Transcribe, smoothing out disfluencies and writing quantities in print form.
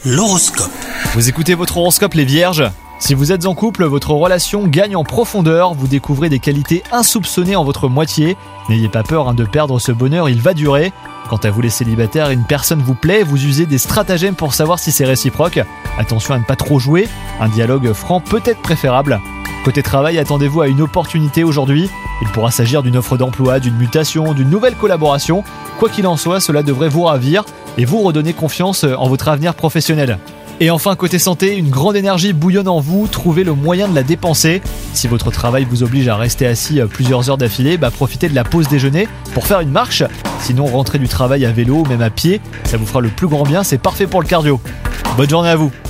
L'horoscope. Vous écoutez votre horoscope les vierges ? Si vous êtes en couple, votre relation gagne en profondeur, vous découvrez des qualités insoupçonnées en votre moitié. N'ayez pas peur de perdre ce bonheur, il va durer. Quant à vous les célibataires, une personne vous plaît, vous usez des stratagèmes pour savoir si c'est réciproque. Attention à ne pas trop jouer, un dialogue franc peut être préférable. Côté travail, attendez-vous à une opportunité aujourd'hui. Il pourra s'agir d'une offre d'emploi, d'une mutation, d'une nouvelle collaboration. Quoi qu'il en soit, cela devrait vous ravir et vous redonner confiance en votre avenir professionnel. Et enfin, côté santé, une grande énergie bouillonne en vous, trouvez le moyen de la dépenser. Si votre travail vous oblige à rester assis plusieurs heures d'affilée, profitez de la pause déjeuner pour faire une marche. Sinon, rentrez du travail à vélo ou même à pied, ça vous fera le plus grand bien, c'est parfait pour le cardio. Bonne journée à vous.